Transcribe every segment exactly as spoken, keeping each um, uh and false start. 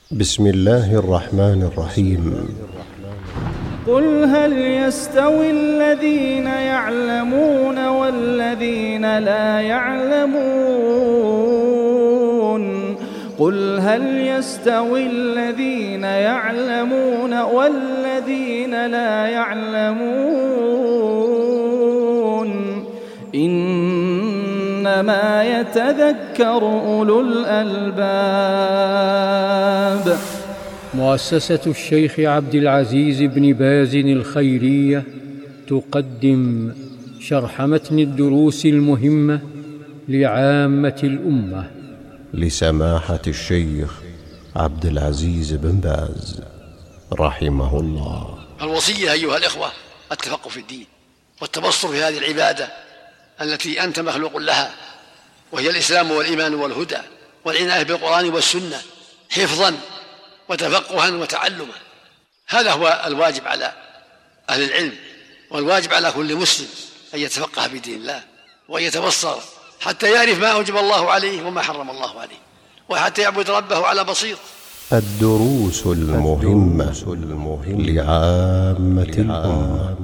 بسم الله الرحمن الرحيم. قل هل يستوي الذين يعلمون والذين لا يعلمون قل هل يستوي الذين يعلمون والذين لا يعلمون إنما يتذكر أولو الألباب. مؤسسة الشيخ عبد العزيز بن باز الخيرية تقدم شرح متن الدروس المهمة لعامة الأمة لسماحة الشيخ عبد العزيز بن باز رحمه الله. الوصية أيها الإخوة التفقه في الدين والتبصر في هذه العبادة التي أنت مخلوق لها، وهي الإسلام والإيمان والهدى والعناية بالقرآن والسنة حفظا وتفقها وتعلما. هذا هو الواجب على أهل العلم، والواجب على كل مسلم أن يتفقه في دين الله وأن يتبصر حتى يعرف ما أوجب الله عليه وما حرم الله عليه، وحتى يعبد ربه على بصير. الدروس المهمة لعامة الأمة.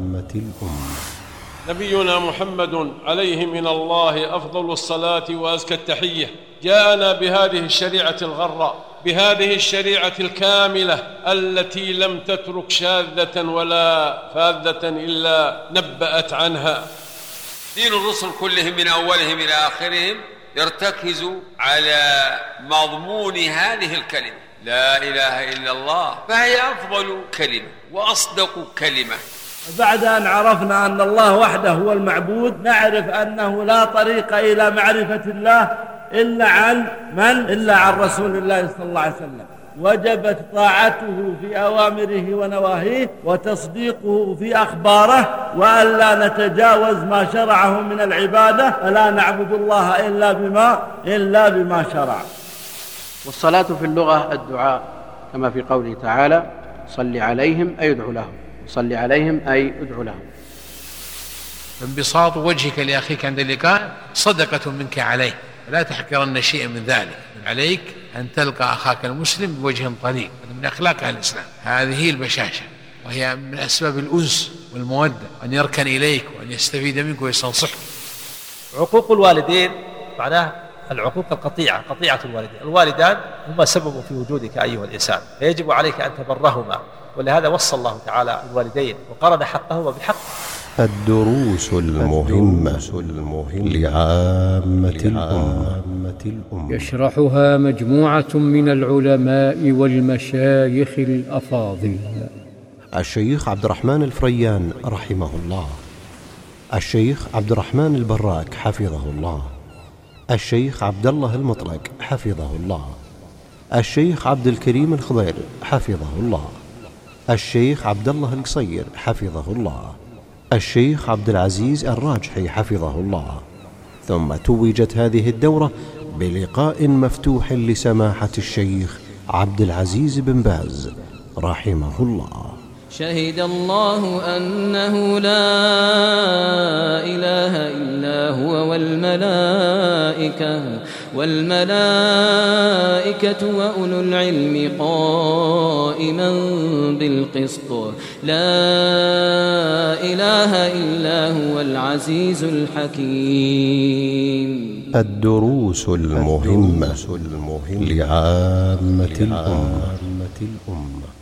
نبينا محمد عليه من الله أفضل الصلاة وأزكى التحية جاءنا بهذه الشريعة الغراء، بهذه الشريعة الكاملة التي لم تترك شاذة ولا فاذة إلا نبأت عنها. دين الرسل كلهم من أولهم إلى آخرهم يرتكز على مضمون هذه الكلمة لا إله إلا الله، فهي أفضل كلمة وأصدق كلمة. بعد أن عرفنا أن الله وحده هو المعبود، نعرف أنه لا طريق إلى معرفة الله إلا عن من؟ إلا عن رسول الله صلى الله عليه وسلم. وجبت طاعته في أوامره ونواهيه وتصديقه في أخباره، وألا نتجاوز ما شرعه من العبادة، فلا نعبد الله إلا بما إلا بما شرع. والصلاة في اللغة الدعاء، كما في قوله تعالى: صل عليهم أي ادعو لهم، صل عليهم أي ادعو لهم. انبساط وجهك لأخيك عند اللقاء صدقة منك عليه، لا تحقرن شيئا من ذلك. عليك أن تلقى أخاك المسلم بوجه طليق، من أخلاق أهل الإسلام هذه البشاشة، وهي من أسباب الأنس والمودة، أن يركن إليك وأن يستفيد منك ويستنصحك. عقوق الوالدين معناه العقوق القطيعة، قطيعة الوالدين. الوالدان هما سبب في وجودك أيها الإنسان، فيجب عليك أن تبرهما، ولهذا وصى الله تعالى الوالدين وقرن حقهما بحق. الدروس المهمة لعامة الأمة. يشرحها مجموعة من العلماء والمشايخ الأفاضل: الشيخ عبد الرحمن الفريان رحمه الله، الشيخ عبد الرحمن البراك حفظه الله، الشيخ عبد الله المطلق حفظه الله، الشيخ عبد الكريم الخضير حفظه الله، الشيخ عبد الله القصير حفظه الله، الشيخ عبد العزيز الراجحي حفظه الله. ثم توجت هذه الدورة بلقاء مفتوح لسماحة الشيخ عبد العزيز بن باز رحمه الله. شهد الله أنه لا إله إلا هو والملائكة والملائكة وأولو العلم قائما بالقسط لا إله إلا هو العزيز الحكيم. الدروس المهمة لعامة الأمة.